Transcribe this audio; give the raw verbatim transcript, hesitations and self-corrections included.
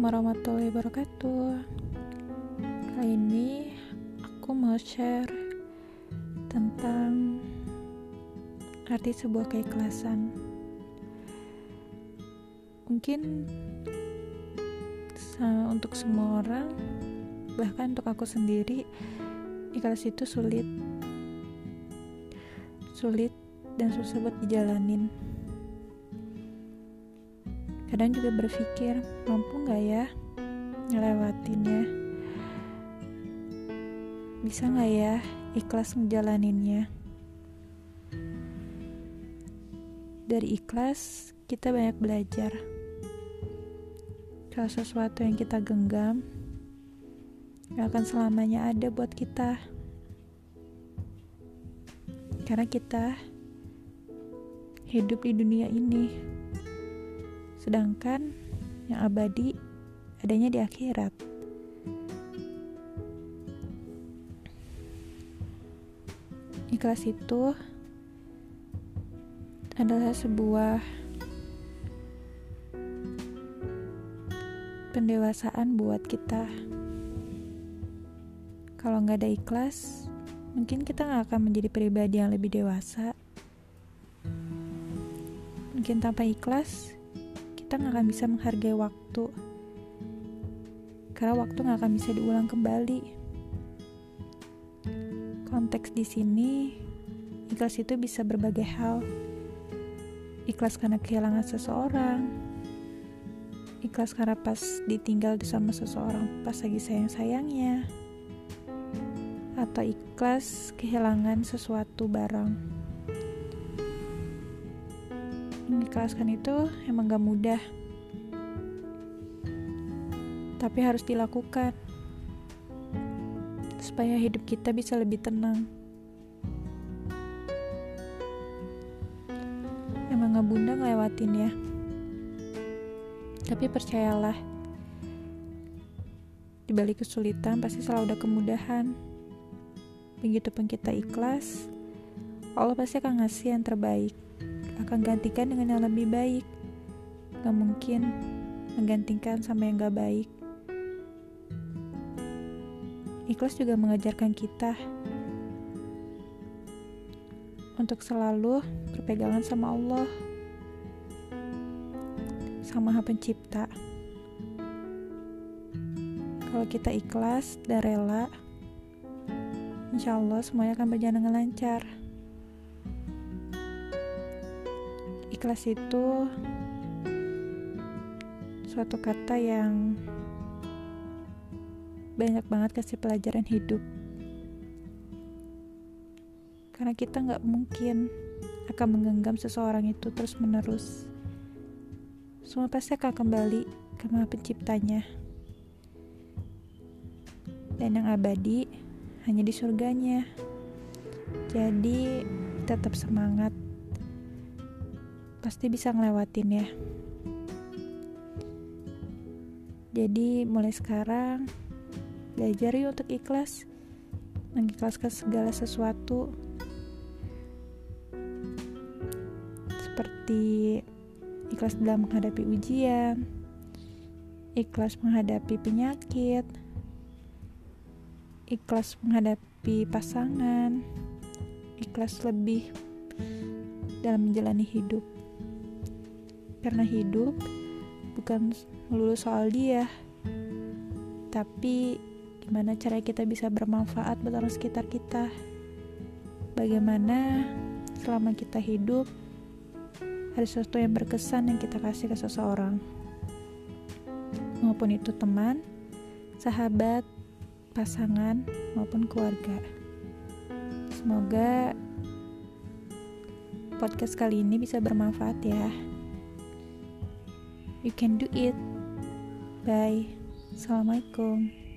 warahmatullahi wabarakatuh. Kali ini aku mau share tentang arti sebuah keikhlasan. Mungkin untuk semua orang, bahkan untuk aku sendiri, ikhlas itu sulit sulit dan susah buat dijalanin. Kadang juga berpikir, mampu gak ya ngelewatinnya? Bisa gak ya ikhlas ngejalaninnya? Dari ikhlas, kita banyak belajar. Kalau sesuatu yang kita genggam gak akan selamanya ada buat kita. Karena kita hidup di dunia ini, sedangkan yang abadi adanya di akhirat. Ikhlas itu adalah sebuah pendewasaan buat kita. Kalau nggak ada ikhlas, mungkin kita nggak akan menjadi pribadi yang lebih dewasa. Mungkin tanpa ikhlas, kita gak akan bisa menghargai waktu, karena waktu gak akan bisa diulang kembali. Konteks di sini, ikhlas itu bisa berbagai hal. Ikhlas karena kehilangan seseorang, ikhlas karena pas ditinggal sama seseorang pas lagi sayang-sayangnya, atau ikhlas kehilangan sesuatu barang. Mengikhlaskan itu emang gak mudah, tapi harus dilakukan supaya hidup kita bisa lebih tenang. Emang gak bunda ngelewatin ya, tapi percayalah, di balik kesulitan pasti selalu ada kemudahan. Begitupun kita ikhlas, Allah pasti akan ngasih yang terbaik, akan gantikan dengan yang lebih baik. Gak mungkin menggantikan sama yang gak baik. Ikhlas juga mengajarkan kita untuk selalu berpegangan sama Allah, sama Maha Pencipta. Kalau kita ikhlas dan rela, insya Allah semuanya akan berjalan dengan lancar. Ikhlas itu suatu kata yang banyak banget kasih pelajaran hidup. Karena kita gak mungkin akan menggenggam seseorang itu terus menerus. Semua pasti akan kembali ke Maha Penciptanya. Dan yang abadi hanya di surganya. Jadi tetap semangat, pasti bisa ngelewatin ya. Jadi mulai sekarang belajar yuk untuk ikhlas, mengikhlaskan segala sesuatu, seperti ikhlas dalam menghadapi ujian, ikhlas menghadapi penyakit, ikhlas menghadapi pasangan, ikhlas lebih dalam menjalani hidup. Karena hidup bukan melulu soal dia, tapi gimana cara kita bisa bermanfaat buat orang sekitar kita. Bagaimana selama kita hidup ada sesuatu yang berkesan yang kita kasih ke seseorang, maupun itu teman, sahabat, pasangan, maupun keluarga. Semoga podcast kali ini bisa bermanfaat ya. You can do it. Bye. Assalamualaikum.